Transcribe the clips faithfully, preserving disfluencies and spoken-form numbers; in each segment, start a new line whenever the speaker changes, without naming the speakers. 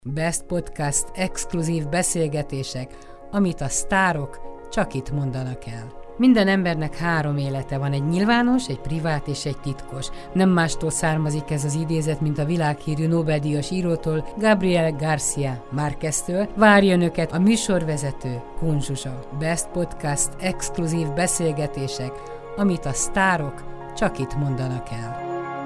Best Podcast exkluzív beszélgetések, amit a sztárok csak itt mondanak el. Minden embernek három élete van, egy nyilvános, egy privát és egy titkos. Nem mástól származik ez az idézet, mint a világhírű Nobel-díjas írótól, Gabriel García Márqueztől. Várja önöket a műsorvezető, Kun Zsuzsa. Best Podcast exkluzív beszélgetések, amit a sztárok csak itt mondanak el.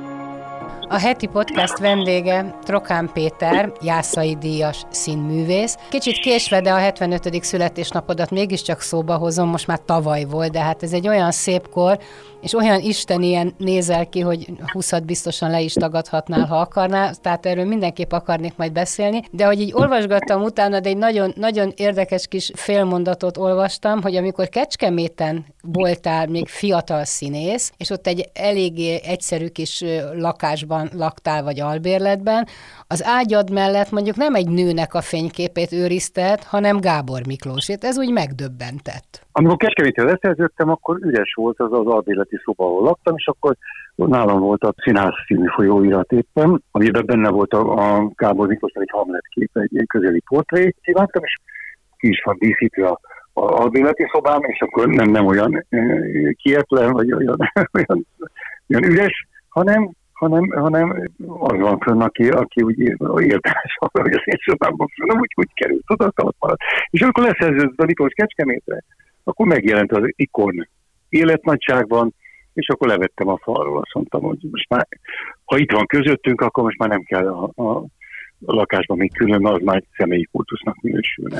A heti podcast vendége Trokán Péter, Jászai díjas színművész. Kicsit késve, de a hetvenötödik születésnapodat mégiscsak szóba hozom, most már tavaly volt, de hát ez egy olyan szép kor, és olyan istenien nézel ki, hogy húszat biztosan le is tagadhatnál, ha akarnál, tehát erről mindenképp akarnék majd beszélni, de hogy így olvasgattam utána, de egy nagyon, nagyon érdekes kis félmondatot olvastam, hogy amikor Kecskeméten voltál még fiatal színész, és ott egy eléggé egyszerű kis lakásban laktál, vagy albérletben, az ágyad mellett mondjuk nem egy nőnek a fényképét őrizted, hanem Gábor Miklósét. Ez úgy megdöbbentett.
Amikor Kecskeméten leszerződtem, akkor üres volt az az albérleti szoba, ahol laktam, és akkor nálam volt a Színház című folyóirat éppen, amiben benne volt a, a Gábor Miklósnak egy Hamlet kép, egy, egy közeli portré. Kívántam, és ki is van díszítve a az albérleti szobám, és akkor nem, nem olyan e, kietlen, vagy olyan, olyan, olyan üres, hanem, hanem, hanem az van fönn, aki, aki úgy érdemes arra, hogy az én szobámban fönn, úgy, úgy került, tudod, ott maradt. És amikor leszerződött a Miklós Kecskemétre, akkor megjelent az ikon életnagyságban, és akkor levettem a falról, azt mondtam, hogy most már, ha itt van közöttünk, akkor most már nem kell a, a, a lakásban még külön, az már egy személyi kultusznak minősülne.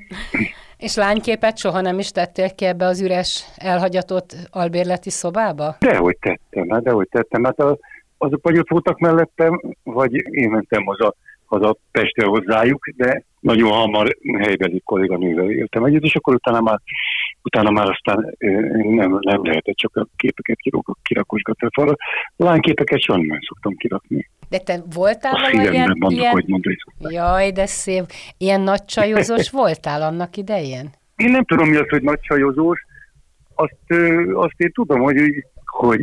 És lányképet soha nem is tettél ki ebbe az üres, elhagyatott albérleti szobába?
Dehogy tettem, hát dehogy tettem. Hát az, azok vagy ott voltak mellettem, vagy én mentem haza, haza Pestre hozzájuk, de nagyon hamar helybeli kolléganővel éltem együtt, és akkor utána már, utána már aztán nem, nem lehetett csak a képeket kirakosgatni a falra. Lányképeket soha nem szoktam kirakni.
De te voltál
a
valahogy ilyen...
Mondok,
ilyen...
hogy mondani szokták.
Jaj, de szép. Ilyen nagy csajozós voltál annak idején?
Én nem tudom, mi az, hogy nagy csajozós. Azt, azt én tudom, hogy, hogy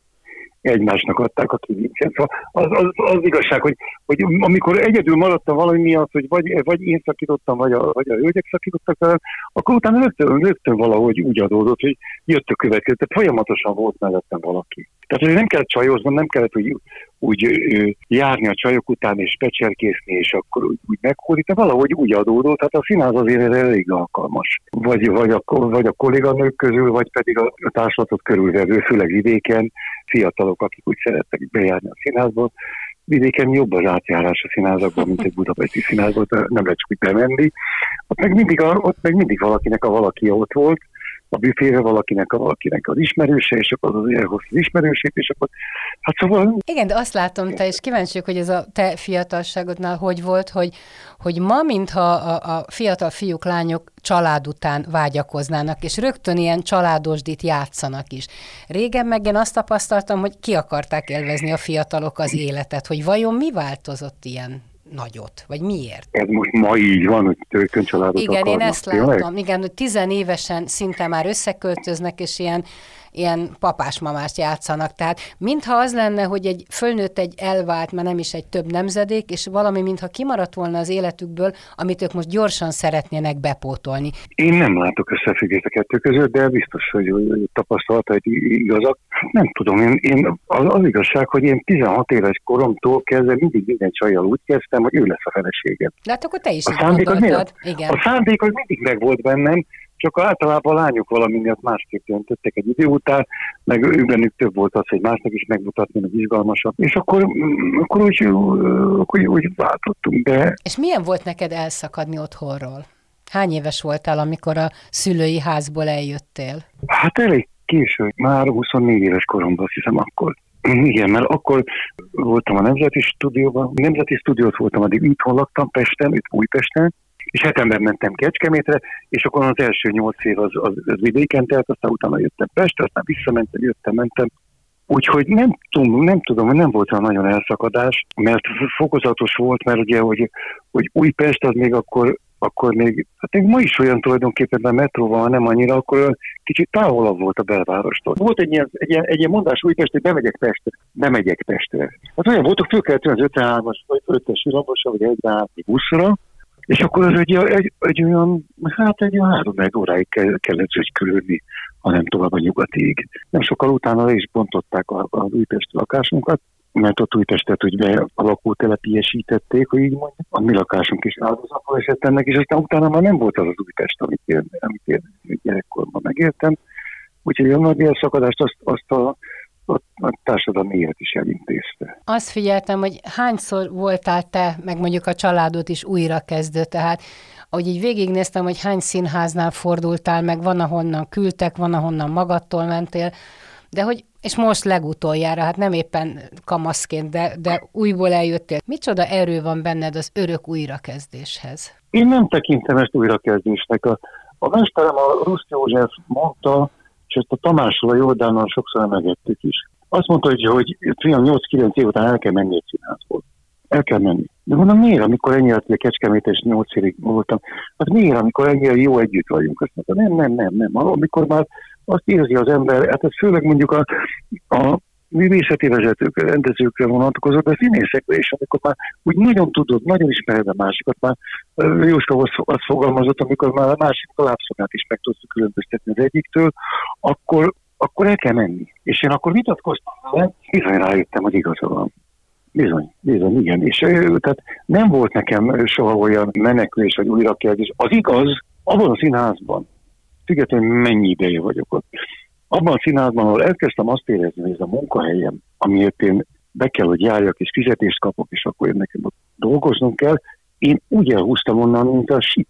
egymásnak adták a kivincset. Szóval az, az, az igazság, hogy, hogy amikor egyedül maradtam valami miatt, hogy vagy, vagy én szakítottam, vagy a, vagy a hölgyek szakítottak velem, akkor utána rögtön, rögtön valahogy úgy adódott, hogy jött a következő. Tehát folyamatosan volt mellettem valaki. Tehát hogy nem kellett csajoznom, nem kellett úgy, úgy ö, járni a csajok után, és pecserkészni, és akkor úgy, úgy meghódítani. Valahogy úgy adódott, tehát a színház azért elég alkalmas. Vagy, vagy, a, vagy a kolléganők közül, vagy pedig a társulatot körülvevő, főleg vidéken, fiatalok, akik úgy szerettek bejárni a színházból. Vidéken jobb az átjárás a színházakban, mint egy budapesti színházban, nem lehet csak úgy bemenni. Ott meg mindig, a, ott meg mindig valakinek a valaki ott volt, a büfére valakinek, a valakinek az ismerőse, és akkor az elhoz az ismerősét, és akkor hát szóval...
Igen, de azt látom, te is kíváncsi vagyok, hogy ez a te fiatalságodnál hogy volt, hogy, hogy ma, mintha a, a fiatal fiúk, lányok család után vágyakoznának, és rögtön ilyen családosdit játszanak is. Régen meg én azt tapasztaltam, hogy ki akarták élvezni a fiatalok az életet, hogy vajon mi változott ilyen nagyot, vagy miért?
Ez most ma így van, hogy tőkön családot
igen,
akarnak.
én ezt láttam, igen, hogy tizenévesen szinte már összeköltöznek, és ilyen, ilyen papás-mamást játszanak. Tehát mintha az lenne, hogy egy fölnőtt egy elvált, mert nem is egy több nemzedék, és valami mintha kimaradt volna az életükből, amit ők most gyorsan szeretnének bepótolni.
Én nem látok összefüggést a kettő között, de biztos, hogy, hogy tapasztalataid igazak. Nem tudom, én, én az, az igazság, hogy én tizenhat éves koromtól kezdve mindig minden csajjal úgy kezdtem, hogy ő lesz a feleségem.
De hát akkor te is
a
így gondoltad.
Igen. A szándék az mindig megvolt bennem, csak általában a lányok valami miatt másképp döntöttek egy idő után, meg ő bennük több volt az, hogy másnak is megmutatni, meg izgalmasabb. És akkor, akkor, úgy, akkor úgy váltottunk be.
És milyen volt neked elszakadni otthonról? Hány éves voltál, amikor a szülői házból eljöttél?
Hát elég késő, már huszonnégy éves koromban, azt hiszem akkor. Igen, mert akkor voltam a Nemzeti Stúdióban. Nemzeti Stúdiót voltam, addig itthon laktam Pesten, itt Újpesten, és hetemben mentem Kecskemétre, és akkor az első nyolc év az, az, az vidéken telt, aztán utána jöttem Pestre, aztán visszamentem, jöttem, mentem. Úgyhogy nem tudom, nem tudom, nem volt olyan nagyon elszakadás, mert fokozatos volt, mert ugye, hogy, hogy Újpest az még akkor akkor még, hát még ma is olyan tulajdonképpen, mert metróval nem annyira, akkor olyan kicsit távolabb volt a belvárostól. Volt egy ilyen, egy ilyen, egy ilyen mondás Újpest, hogy bemegyek Pestre, bemegyek Pestre. Hát olyan voltak, föl kellett az ötvenhármas, vagy ötös villamos, vagy egy átni buszra, és akkor az egy, egy, egy olyan, hát egy olyan három-négy óráig kellett zögykülődni, hanem tovább a nyugatig. Nem sokkal utána le is bontották az újpesti lakásunkat, mert ott Újpestet úgy be a lakótelepíesítették, hogy így mondjuk. A mi lakásunk is áldozatból esett ennek, és aztán utána már nem volt az az Újpest, amit én, amit én gyerekkorban megértem. Úgyhogy a nagy elszakadást azt, azt a, a, a társadalmi élet is elintézte.
Azt figyeltem, hogy hányszor voltál te, meg mondjuk a családot is újra kezdő, tehát ahogy így végignéztem, hogy hány színháznál fordultál, meg van, ahonnan küldtek, van, ahonnan magadtól mentél, de hogy, és most legutoljára, hát nem éppen kamaszként, de, de újból eljöttél. Micsoda erő van benned az örök újrakezdéshez?
Én nem tekintem ezt újrakezdésnek. A, a mesterem, a Ruszt József mondta, és ezt a Tamásról, a Jordánnal sokszor emegettük is. Azt mondta, hogy, hogy fiam, nyolc-kilenc év után el kell menni egy színházból. El kell menni. De mondom, miért, amikor ennyire a Kecskemét és nyolc évig voltam? Hát miért, amikor ennyire jó együtt vagyunk? Azt mondta, nem, nem, nem, nem. Amikor már azt érzi az ember, hát ez főleg mondjuk a, a művészeti vezetőkre, rendezőkre vonatkozott, de színészekre is, amikor már úgy nagyon tudod, nagyon ismered a másikat, már Jóska azt fogalmazott, amikor már a másik a lábszagát is meg tudsz különböztetni az egyiktől, akkor, akkor el kell menni. És én akkor vitatkoztam vele, bizony rájöttem, hogy igaza van. Bizony, bizony, igen. És tehát nem volt nekem soha olyan menekülés, vagy újrakezdés. Az igaz, abban a színházban, függetlenül mennyi ideje vagyok ott, abban a színházban, ahol elkezdtem azt érezni, hogy ez a munkahelyem, amiért én be kell, hogy járjak, és fizetést kapok, és akkor én nekem ott dolgoznom kell, én úgy elhúztam onnan, mint a sic.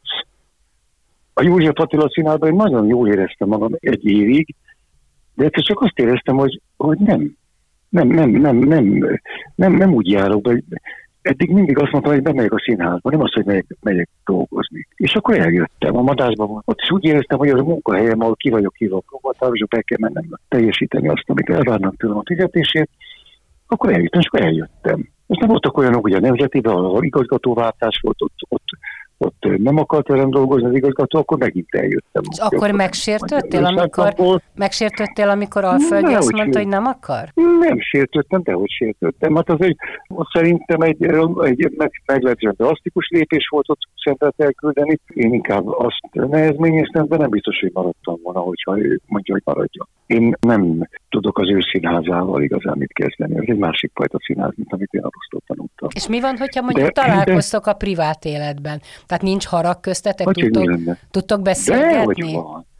A József Attila színházban én nagyon jól éreztem magam egy évig, de egyszer csak azt éreztem, hogy, hogy nem. Nem, nem, nem, nem, nem, nem úgy járok be. Eddig mindig azt mondtam, hogy bemegyek a színházba, nem azt, hogy megyek, megyek dolgozni. És akkor eljöttem, a Madásban volt. Ott is úgy éreztem, hogy az a munkahelyem, ahol ki vagyok hívva a próbatára, és be kell mennem teljesíteni azt, amit elvárnak tőlem a fizetését. Akkor eljöttem, és akkor eljöttem. És nem voltak olyanok, ugye a Nemzetiben, ahol igazgatóváltás volt, ott, ott, ott nem akart velem dolgozni az igazgató, akkor megint eljöttem.
És akkor megsértődtél, amikor, megsértődtél, amikor Alföldi azt mondta, hogy nem akar?
Nem sértődtem, dehogy sértődtem. Hát az egy, szerintem egy, egy meglehetősen drasztikus lépés volt ott Szentelt elküldeni. Én inkább azt nehezményeztem, de nem biztos, hogy maradtam volna, hogyha ő mondja, hogy maradjon. Én nem tudok az ő színházával igazán mit kezdeni. Ez egy másik fajta színház, mint amit én arról tanultam.
És mi van, hogyha mondjuk de, találkoztok de... a privát életben? Tehát nincs harag köztetek?
Hogy
tudtok, tudtok beszélgetni?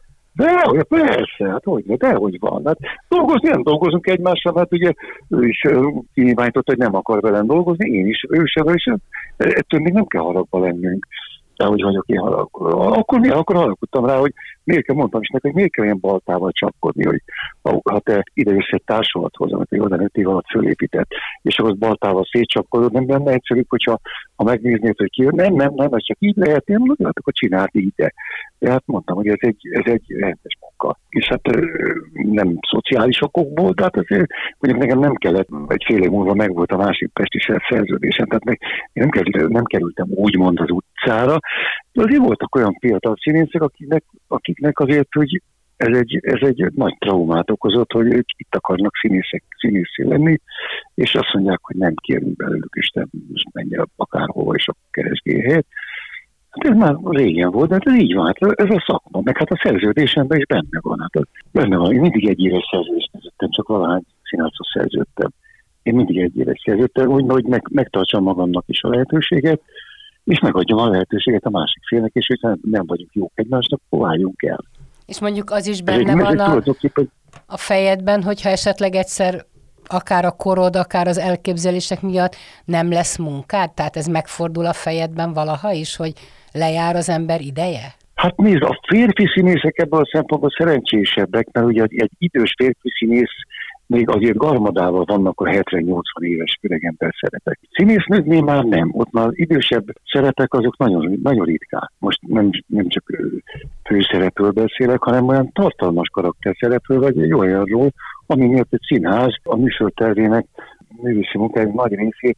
De, persze, hát hogy, de hogy van. Hát dolgozni nem dolgozunk egymással, hát ugye ő is kinyilvánított, hogy nem akar velem dolgozni, én is, ő sem, és ettől még nem kell haragba lennünk. De hogy vagyok én harag. Akkor mi? Akkor haragudtam rá, hogy miért kell, mondtam is neki, hogy miért kell ilyen baltával csapkodni, hogy ha te idejössz egy társulathoz, amit a Jordán öt év alatt fölépített, és ahhoz baltával szétcsapkodod, nem lenne egyszerűbb, hogyha ha megnéznéd, hogy ki, nem, nem, nem, ez csak így lehet, én mondom, akkor csináld így, de. de hát mondtam, hogy ez egy, ez egy rendes munka. És hát nem szociális okokból, de hát azért mondjuk nekem nem kellett, egy fél év múlva meg volt a másik pesti szerződésem, tehát meg én nem, kerültem, nem kerültem úgymond az utcára, de azért voltak olyan fiatal színészek, akiknek, akiknek azért, hogy ez egy, ez egy nagy traumát okozott, hogy ők itt akarnak színészek, színészé lenni, és azt mondják, hogy nem kérünk belőlük, és nem menj el akárhova, és akkor keresgél helyet. Hát ez már régen volt, de ez így van, hát ez a szakma, meg hát a szerződésemben is benne van. Hát benne van, én mindig egy éves szerződést nézettem, csak valahány színházhoz szerződtem. Én mindig egy éves szerződtem, úgy, hogy meg, megtartsam magamnak is a lehetőséget, és megadjam a lehetőséget a másik félnek, és hogyha nem vagyunk jók egymásnak, akkor álljunk el.
És mondjuk az is benne van a, a fejedben, hogyha esetleg egyszer akár a korod, akár az elképzelések miatt nem lesz munkád? Tehát ez megfordul a fejedben valaha is, hogy lejár az ember ideje?
Hát nézd, a férfi színészek ebből a szempontból szerencsésebbek, mert ugye egy idős férfi színész még azért garmadával vannak a hetven-nyolcvan éves öregember szerepek. Színésznőknél már nem, ott már idősebb szerepek azok nagyon, nagyon ritkák. Most nem, nem csak főszerepről beszélek, hanem olyan tartalmas karakterszerepről, vagy egy olyanról, ami miatt egy színház a műsortervének művészi munkájának nagy részét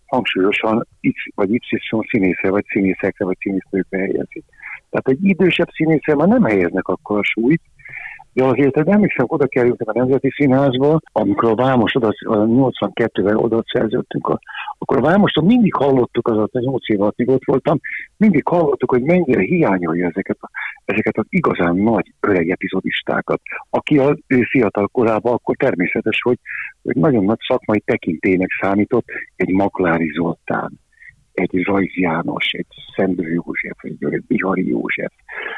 hangsúlyosan X vagy Y színészre, vagy színészekre, vagy színésznőkre helyezik. Tehát egy idősebb színészre már nem helyeznek akkor a súlyt, de azért, hogy emlékszem, oda kerültem a Nemzeti Színházba, amikor a Vámos oda, a nyolcvankettőben oda szerződtünk, a, akkor a Vámoston mindig hallottuk, az a nyolc év alatt ott voltam, mindig hallottuk, hogy mennyire hiányolja ezeket, a, ezeket az igazán nagy öreg epizodistákat, aki az ő fiatal korában akkor természetes, hogy, hogy nagyon nagy szakmai tekintélynek számított egy Maklári Zoltán, egy Rajz János, egy Szendő József, egy Bihari József,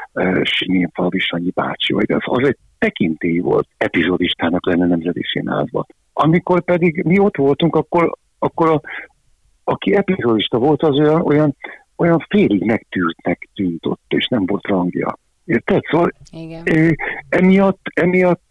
Simén-Falvi Sanyi bácsi, vagy az, az egy tekintély volt epizodistának lenne Nemzeti Színházban. Amikor pedig mi ott voltunk, akkor, akkor a, aki epizodista volt, az olyan, olyan, olyan félig megtűrtnek tűnt ott, és nem volt rangja. Érted? Szóval Igen. emiatt, emiatt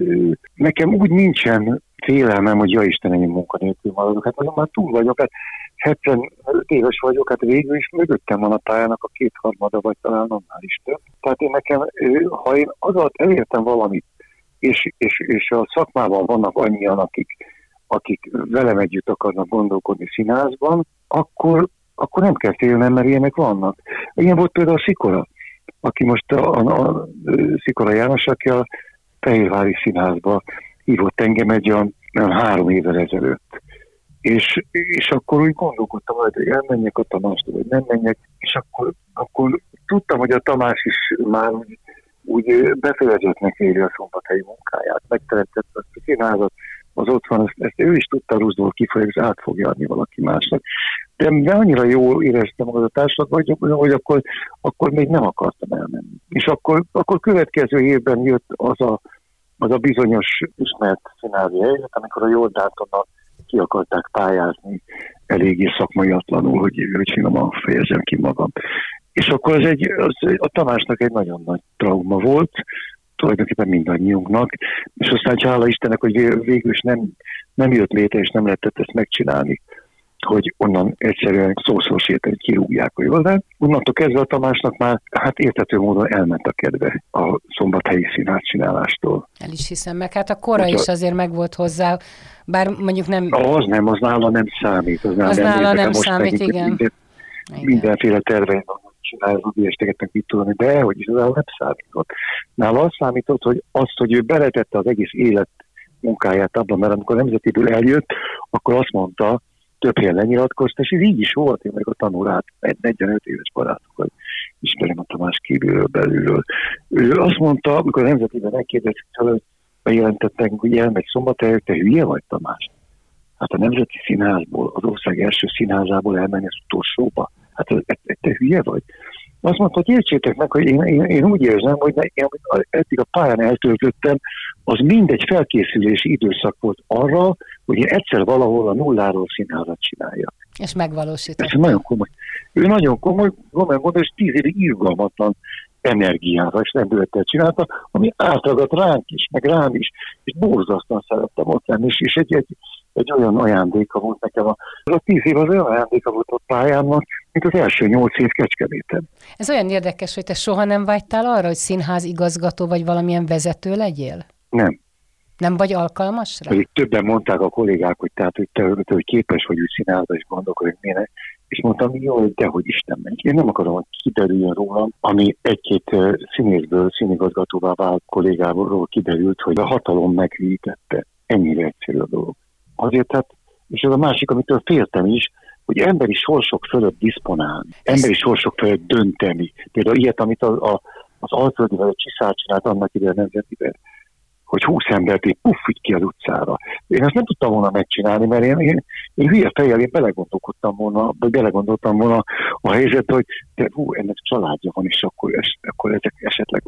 nekem úgy nincsen félelmem, hogy ja Istenem, én munkanélkül maradok. Hát azon már túl vagyok, hát hetvenöt éves vagyok, hát végül is mögöttem van a pályának a kétharmada, vagy talán annál is több. Tehát én nekem, ha én az alatt elértem valamit, és, és, és a szakmában vannak annyian, akik, akik velem együtt akarnak gondolkodni színházban, akkor, akkor nem kell félnem, mert ilyenek vannak. Ilyen volt például a Szikora, aki most a, a, a Szikora János, aki a Fehérvári Színházba hívott engem egy olyan, olyan három évvel ezelőtt. És, és akkor úgy gondolkodtam, hogy elmenjek a Tamástól, vagy nem menjek, és akkor, akkor tudtam, hogy a Tamás is már úgy, úgy befejezetnek éri a szombathelyi munkáját, megteremtett azt a színházat, az ott van, ezt, ezt ő is tudta Ruszdól kifolyni, és át fogja adni valaki másnak. De, de annyira jól éreztem magad a társadalmat, hogy, hogy akkor, akkor még nem akartam elmenni. És akkor, akkor következő évben jött az a, az a bizonyos ismert színházi helyzet, amikor a Jordántonnal ki akarták pályázni eléggé szakmaiatlanul, hogy, hogy finoman fejezem ki magam. És akkor az egy, az, a Tamásnak egy nagyon nagy trauma volt, tulajdonképpen mindannyiunknak, és aztán hála Istennek, hogy végül is nem, nem jött létre, és nem lehetett ezt megcsinálni, hogy onnan egyszerűen szószó séteni kirúgják a Jordán. Onnantól kezdve a Tamásnak már hát érthető módon elment a kedve a szombathelyi színház csinálástól.
El is hiszem, meg hát a kora is azért megvolt hozzá, bár mondjuk nem...
Az nem, az nála nem számít. Az nála
az
nem,
nála nem számít, igen.
Minden, igen. Mindenféle terveim van, csinálni, esteket mit tudni, de hogy is az nem számított. Nála az számított, hogy azt, hogy ő beletette az egész élet munkáját abban, mert amikor a Nemzetiből eljött, akkor azt mondta, több helyen lenyilatkozta, és ez így is volt, én meg a tanulát, egy negyvenöt éves barátok, hogy ismerem a Tamás kívülről, belülről. Ő azt mondta, amikor a Nemzetiben megkérdezik, hogy bejelentettek, hogy elmegy Szombathelyre, te hülye vagy, Tamás? Hát a Nemzeti Színházból, az ország első színházából elmenni az utolsóba. Hát te, te hülye vagy? Azt mondta, hogy értsétek meg, hogy én, én, én úgy érzem, hogy ne, én eddig a pályán eltöltöttem, az mindegy felkészülési időszak volt arra, hogy én egyszer valahol a nulláról színházat csináljak.
És megvalósított.
Ez nagyon komoly. Ő nagyon komoly, komolyan gondol, és tíz évig irgalmatlan energiával és lendülettel csinálta, ami átragadt ránk is, meg rám is, és borzasztóan szerettem ott lenni, és, és egy, egy, egy olyan ajándéka volt nekem. A, az a tíz év az olyan ajándéka volt a pályámnak, mint az első nyolc év Kecskeméten.
Ez olyan érdekes, hogy te soha nem vágytál arra, hogy színház igazgató vagy valamilyen vezető legyél?
Nem.
Nem vagy alkalmas rá?
Pedig többen mondták a kollégák, hogy, tehát, hogy te, te hogy képes vagy úgy színházba, és gondolkodni milyenek. És mondtam, jó, hogy dehogy Isten megy. Én nem akarom, hogy kiderüljön rólam, ami egy-két uh, színészből, színigazgatóvá vált kollégából kiderült, hogy a hatalom meghűítette. Ennyire egyszerű a dolog. Azért tehát, és ez a másik, amitől féltem is, hogy emberi sorsok fölött diszponálni, emberi sorsok fölött dönteni. Például ilyet, amit a, a, az Alföldi vagy a Csiszár csinált annak ide a Nemzetiben, hogy húsz embert így puff, így ki az utcára. Én ezt nem tudtam volna megcsinálni, mert én, én, én hülye fejjel, én belegondolkodtam volna, vagy belegondoltam volna a helyzetbe, hogy de hú, ennek családja van, és akkor, es, akkor ezek esetleg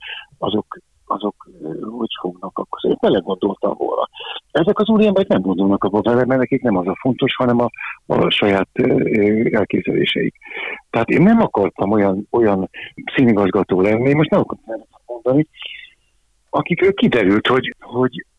azok, azok hogy fognak, akkor én belegondoltam volna. Ezek az úriemberek nem gondolnak abba vele, mert nekik nem az a fontos, hanem a, a saját elképzeléseik. Tehát én nem akartam olyan, olyan színigazgató lenni, most nem akartam mondani, akikről kiderült, hogy, hogy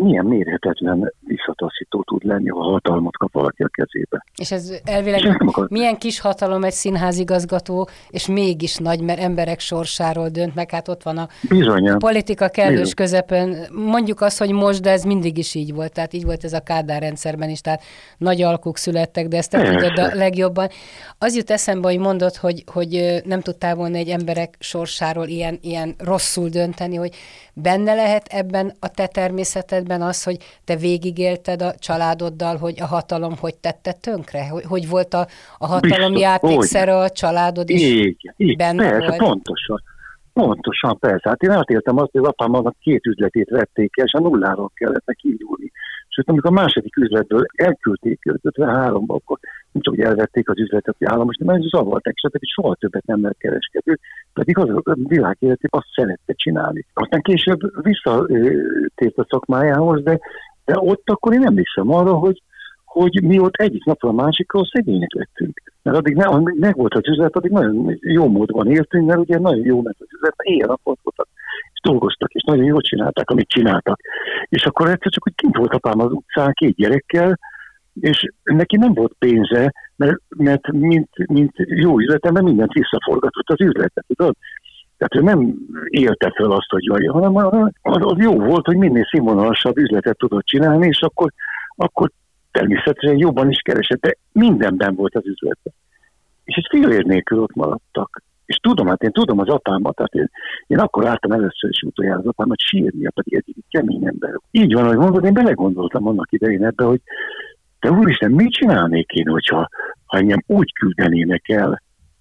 milyen mérhetetlen visszataszító tud lenni, ha hatalmat kap valaki a kezébe.
És ez elvileg milyen kis hatalom egy színházigazgató, és mégis nagy, mert emberek sorsáról dönt meg, hát ott van a
Bizony,
politika kellős
bizony.
Közepén. Mondjuk azt, hogy most, de ez mindig is így volt, tehát így volt ez a Kádár rendszerben is, tehát nagy alkuk születtek, de ezt te tudod a legjobban. Az jut eszembe, hogy mondod, hogy, hogy nem tudtál volna egy emberek sorsáról ilyen, ilyen rosszul dönteni, hogy benne lehet ebben a te természetedben az, hogy te végigélted a családoddal, hogy a hatalom hogy tette tönkre? Hogy, hogy volt a, a hatalom játékszere, a családod is
így, így,
benne
persze,
volt?
pontosan. Pontosan, persze. Hát én átéltem azt, hogy az apámnak két üzletét vették el, és a nulláról kellett neki indulni. Sőt, amikor a második üzletből elküldték őt ötvenháromba, akkor nem csak, hogy elvették az üzletet, hogy államos, de már zavarták, és hogy soha többet nem lehet kereskedő, pedig az a világ életét azt szerette csinálni. Aztán később visszatért a szakmájához, de, de ott akkor én emlékszem arra, hogy hogy mi ott egyik napról a másikról szegények lettünk. Mert addig ne, meg volt az üzlet, addig nagyon jó módban éltünk, mert ugye nagyon jó ment az üzlet, éjjel-napot voltak, és dolgoztak, és nagyon jól csinálták, amit csináltak. És akkor egyszer csak, hogy kint volt apám az utcán két gyerekkel, és neki nem volt pénze, mert, mert mint, mint jó üzletemben mindent visszaforgatott az üzletet, tudod? Tehát ő nem élte fel azt, hogy jaj, hanem az, az jó volt, hogy minél színvonalasabb üzletet tudott csinálni, és akkor, akkor természetesen jobban is keresett, de mindenben volt az üzletben. És egy félér nélkül ott maradtak. És tudom, hát én tudom az apámat, tehát én, én akkor álltam először is utoljára az apámat sírnia, pedig egy kemény ember. Így van, ahogy mondod, én belegondoltam annak idején ebbe, hogy de úristen, mit csinálnék én, hogyha ha engem úgy küldenének el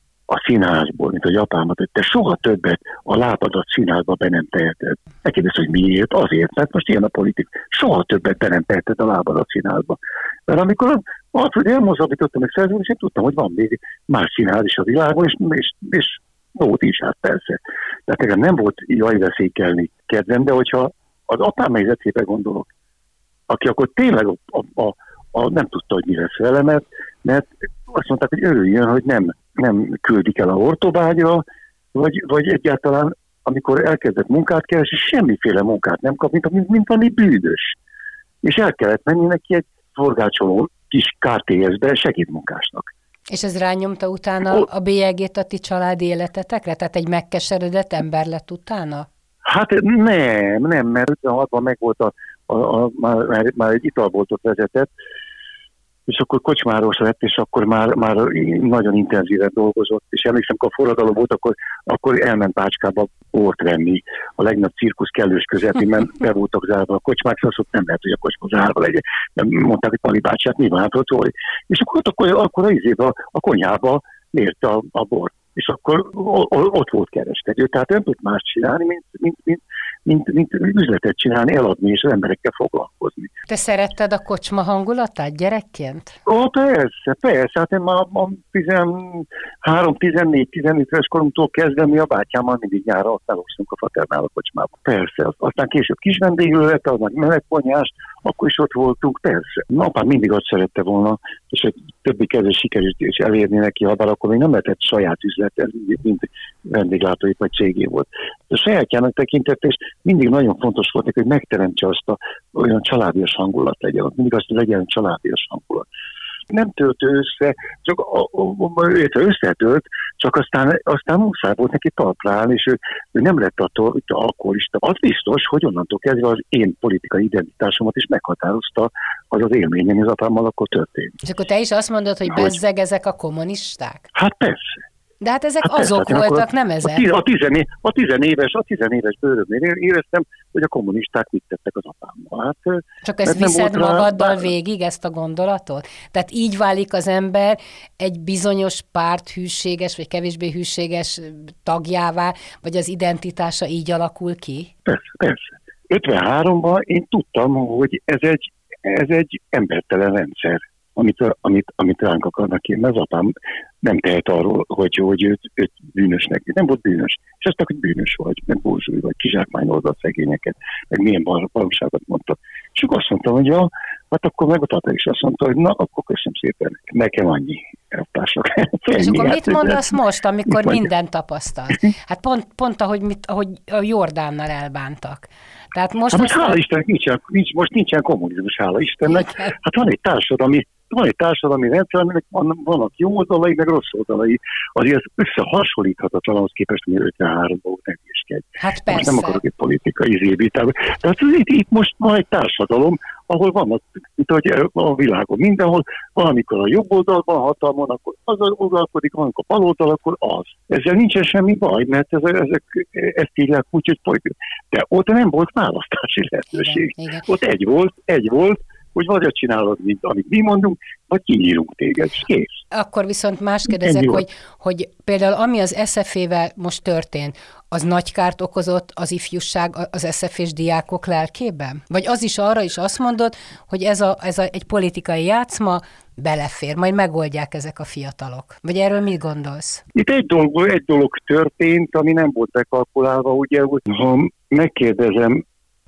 a színházból, mint hogy apámat, hogy te soha többet a lábadat színházba be nem teheted. Megkérdez, hogy miért? Azért, mert most ilyen a politik. Soha többet be nem teheted a lábadat színházba. Mert amikor azt, hogy elmozdítottam meg szerződést, én tudtam, hogy van még más színház is a világon, és, és, és volt is, hát persze. Tehát nekem nem volt jajveszékelni kedvem, de hogyha az apám helyzetébe gondolok, aki akkor tényleg a, a, a, a, nem tudta, hogy mi lesz vele, mert, mert azt mondták, hogy örüljön, hogy nem, nem küldik el a ortobágyra, vagy, vagy egyáltalán, amikor elkezdett munkát keresni, semmiféle munkát nem kap, mint, mint, mint ami bűnös. És el kellett menni neki egy forgácsoló kis ká té es-be segédmunkásnak.
És ez rányomta utána a bélyegét a ti családi életetekre? Tehát egy megkeseredett ember lett utána?
Hát nem, nem, mert ötvenhatban meg volt a, a, a, már, már egy italboltot vezetett, és akkor kocsmáros lett, és akkor már, már nagyon intenzíven dolgozott, és emlékszem, amikor a forradalom volt, akkor, akkor elment Bácskába bort venni a legnagyobb cirkusz kellős közepén, mert be voltak zárva a kocsmák, szóval ott nem lehet, hogy a kocsma zárva legyen. De mondták, hogy Pali bácsi, hát mi van, hát ott volt. És akkor ott akkor, akkor az izébe, a, a konyhába mérte a, a bort. És akkor ott volt kereskedő. Tehát nem tud más csinálni, mint, mint, mint, mint, mint üzletet csinálni, eladni és az emberekkel foglalkozni.
Te szeretted a kocsma hangulatát gyerekként?
Ó, persze, persze. Hát én már tizenhárom, tizennégy, tizenöt éves koromtól kezdve mi a bátyámmal mindig nyára ott elolvastunk a Faternál a kocsmában. Persze. Aztán később kis vendéglő lett, az nagy melegkonyhás, akkor is ott voltunk, persze. Apám mindig azt szerette volna, és egy többi kezdve sikerült is elérni neki, ha bár akkor még nem lehetett saját üzlet, mint vendéglátói vagy cégé volt. A sajátjának tekintett, és mindig nagyon fontos volt neki, hogy megteremtse azt a olyan családias hangulat legyen, ott mindig azt legyen családias hangulat. Nem tölt össze, csak a, a, a, összetölt, csak aztán, aztán muszáj volt neki talpra állni, és ő, ő nem lett attól alkoholista. Az biztos, hogy onnantól kezdve az én politikai identitásomat is meghatározta az az élményem, az apámmal akkor történt.
És akkor te is azt mondod, hogy bezzeg ezek a kommunisták?
Hát persze.
De hát ezek hát
persze,
azok
hát
voltak,
a,
nem ezek.
A, a, tizené, a tizenéves, a tizenéves bőrömnél éreztem, hogy a kommunisták mit tettek az apámmal. Hát,
csak ezt viszed magaddal rá... végig, ezt a gondolatot? Tehát így válik az ember egy bizonyos párt hűséges, vagy kevésbé hűséges tagjává, vagy az identitása így alakul ki?
Persze, persze. ötvenháromban én tudtam, hogy ez egy, ez egy embertelen rendszer, amit, amit, amit ránk akarnak írni. Az apám nem tehet arról, hogy, hogy őt, őt bűnösnek. Nem volt bűnös. És azt hogy bűnös vagy, meg burzsúj vagy, kizsákmányolod a szegényeket, meg milyen baromságot mondta. És akkor azt mondtam, hogy ja, hát akkor meg a tata is azt mondta, hogy na, akkor köszönöm szépen, nekem annyi elvtársak.
És akkor mit mondasz most, amikor mindent tapasztalsz? Hát pont, pont ahogy, mit, ahogy a Jordánnal elbántak. Tehát most,
hát most
aztán...
hála Istennek nincsen, nincs, most nincsen kommunizmus, hála Istennek. Igen. Hát van egy társadalmi, van egy társadalmi rendszer, aminek van, vannak jó oldalai, meg rossz oldalai. Azért ez összehasonlíthatatlan ahhoz képest, hogy ötvenháromban volt, nem iskedj.
Hát persze.
Most nem akarok egy politikai zébítában. Tehát itt, itt most van egy társadalom, ahol vannak, mint ahogy a világon mindenhol, valamikor a jobb oldalban hatalmon, akkor az oldalkodik, valamikor a bal oldal, akkor az. Ezzel nincsen semmi baj, mert ezek, ezek, ezt írják úgy, hogy folyik. De ott nem volt választási lehetőség. Igen, igen. Ott egy volt, egy volt, hogy vagy azt csinálod, mint amit mi mondunk, vagy kinyírunk téged, és kész.
Akkor viszont más kérdezek, hogy, hogy például ami az es ef é-vel most történt, az nagy kárt okozott az ifjúság, az es ef é-s diákok lelkében? Vagy az is arra is azt mondod, hogy ez, a, ez a, egy politikai játszma belefér, majd megoldják ezek a fiatalok? Vagy erről mit gondolsz?
Itt egy dolog, egy dolog történt, ami nem volt bekalkulálva, ugye, ha megkérdezem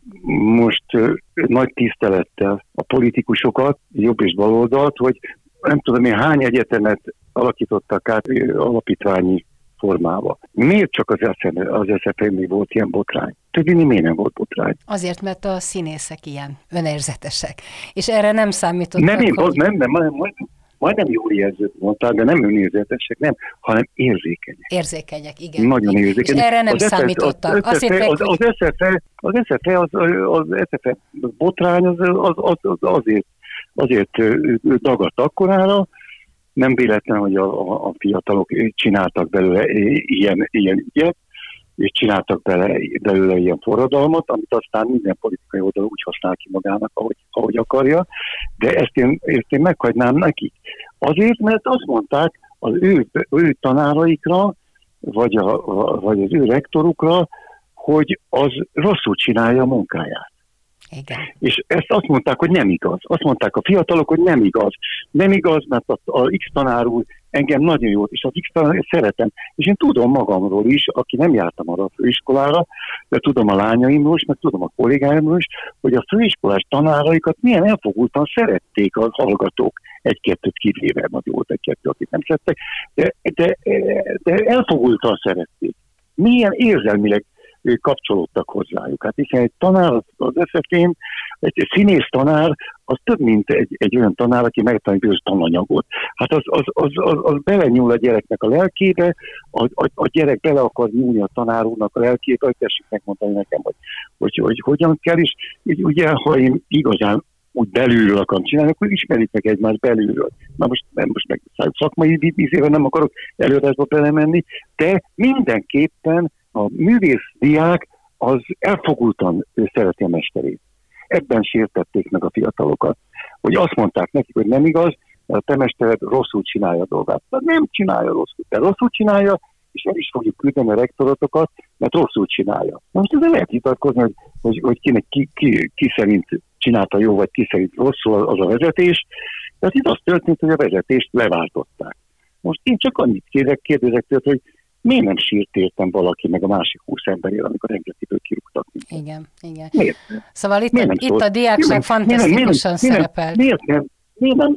most uh, nagy tisztelettel a politikusokat, jobb és baloldalt, hogy nem tudom én hány egyetemet alakítottak át uh, alapítványi formába. Miért csak az es ef é volt ilyen botrány? Többi miért nem volt botrány?
Azért, mert a színészek ilyen önérzetesek. És erre nem számítottak,
nem, én,
hogy...
Nem, nem, nem, majdnem, majdnem jól érzőt mondtál, de nem önérzetesek, nem, hanem érzékenyek.
Érzékenyek, igen.
Nagyon érzékenyek.
És erre nem az számítottak.
Az, az, az, az, az es ef é, az es ef é, az, az es ef é botrány az, az, az, az azért, azért dagadt akkorára, nem véletlen, hogy a, a, a fiatalok csináltak belőle ilyen, ilyen ügyet, és csináltak bele, belőle ilyen forradalmat, amit aztán minden politikai oldal úgy használ ki magának, ahogy, ahogy akarja, de ezt én, ezt én meghagynám nekik. Azért, mert azt mondták az ő, ő tanáraikra, vagy, a, vagy az ő rektorukra, hogy az rosszul csinálja a munkáját.
Igen.
És ezt azt mondták, hogy nem igaz. Azt mondták a fiatalok, hogy nem igaz. Nem igaz, mert a, a X tanár úr engem nagyon jót, és az X tanár szeretem. És én tudom magamról is, aki nem jártam arra a főiskolára, de tudom a lányaimról is, meg tudom a kollégáimról is, hogy a főiskolás tanáraikat milyen elfogultan szerették a hallgatók. Egy-kettőt kivéve, nagy volt egy-kettő, akit nem szerettek, de, de, de elfogultan szerették. Milyen érzelmileg kapcsolódtak hozzájuk. Hát hiszen egy tanár az es ef é-n, egy színész tanár, az több, mint egy, egy olyan tanár, aki megtanít bizonyos tananyagot. Hát az, az, az, az, az belenyúl a gyereknek a lelkébe, a, a, a gyerek bele akar nyúlni a tanár úrnak a lelkébe, hogy tessék megmondani nekem, hogy, hogy, hogy hogyan kell, és ugye, ha én igazán úgy belülről akarom csinálni, akkor ismerik meg egymást belülről. Na most, most meg szakmai vízével nem akarok előadásba belemenni, de mindenképpen a művész diák az elfogultan szereti a mesterét. Ebben sértették meg a fiatalokat. Hogy azt mondták nekik, hogy nem igaz, mert a te mestered rosszul csinálja a dolgát. De nem csinálja rosszul, de rosszul csinálja, és el is fogjuk küldeni a rektorotokat, mert rosszul csinálja. Na most ezzel lehet vitatkozni, hogy, hogy, hogy kinek, ki, ki, ki szerint csinálta jó, vagy ki szerint rosszul az a vezetés. Tehát itt az történt, hogy a vezetést leváltották. Most én csak annyit kérdezek, kérdezek tőle, hogy miért nem sírt értem valaki, meg a másik húsz emberért, amikor rengetiből kirúgtak minket?
Igen, igen.
Miért?
Szóval itt, a, itt a diákság fantasztikusan szerepel.
Miért nem, miért nem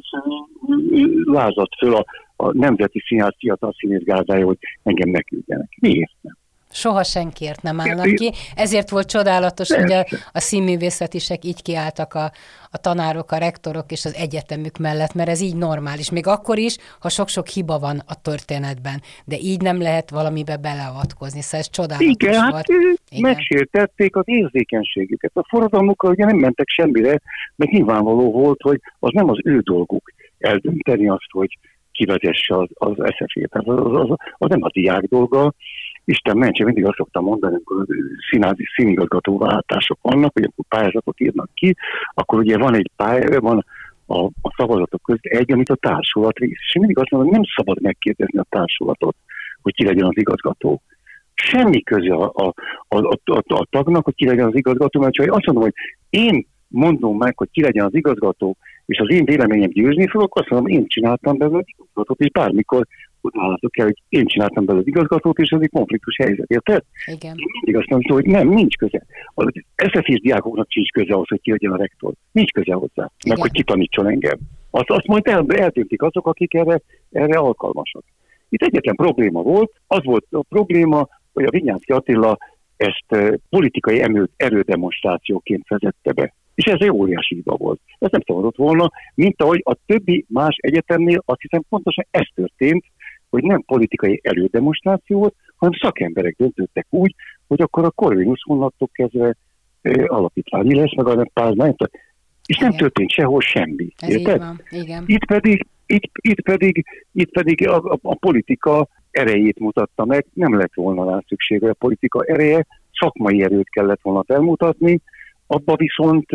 lázadt föl a, a Nemzeti Színház fiatal színészgárdája, hogy engem ne küldjenek? Miért nem?
Soha senkiért nem állnak ki. Ezért volt csodálatos, hogy a, a színművészetisek így kiálltak a, a tanárok, a rektorok és az egyetemük mellett, mert ez így normális. Még akkor is, ha sok-sok hiba van a történetben, de így nem lehet valamibe beleavatkozni. Szóval ez csodálatos
Igen,
volt.
Hát igen, megsértették az érzékenységüket. A forradalmukkal ugye nem mentek semmire, mert nyilvánvaló volt, hogy az nem az ő dolguk eldönteni azt, hogy kivezesse az, az es ef é-t. Az, az, az, az nem a diák dolga. Isten mentse, mindig azt szoktam mondani, amikor színházi színigazgatóváltások vannak, hogy akkor pályázatot írnak ki, akkor ugye van egy pályázat, van a, a szavazatok között egy, amit a társulat rész. És én mindig azt mondom, hogy nem szabad megkérdezni a társulatot, hogy ki legyen az igazgató. Semmi köze a, a, a, a, a, a tagnak, hogy ki legyen az igazgató, mert ha azt mondom, hogy én mondom meg, hogy ki legyen az igazgató, és az én véleményem győzni fog, akkor azt mondom, én csináltam belőle az igazgatót, és bármikor utálatok kell, hogy én csináltam belőle az igazgatót, és ez egy konfliktus helyzet, érted?
Igen.
Én mindig azt mondom, hogy nem, nincs köze. Az es ef é-s diákoknak sincs köze ahhoz, hogy ki legyen a rektor. Nincs köze hozzá, meg hogy kitanítson engem. Azt, azt majd el, eltűntik azok, akik erre, erre alkalmasak. Itt egyetlen probléma volt, az volt a probléma, hogy a Vinyánszky Attila ezt politikai erődemonstrációként vezette be. És ez egy óriási hiba volt. Ez nem szabadott volna, mint ahogy a többi más egyetemnél azt hiszem pontosan ez történt, hogy nem politikai erődemonstráció volt, hanem szakemberek döntöttek úgy, hogy akkor a Corvinus honnattól kezdve e, alapítványi lesz, meg a pár, és nem igen. történt sehol semmi.
Ez így van. Igen.
Itt pedig, itt, itt pedig, itt pedig a, a, a politika erejét mutatta meg, nem lett volna rá szükség, hogy a politika ereje, szakmai erőt kellett volna felmutatni, abba viszont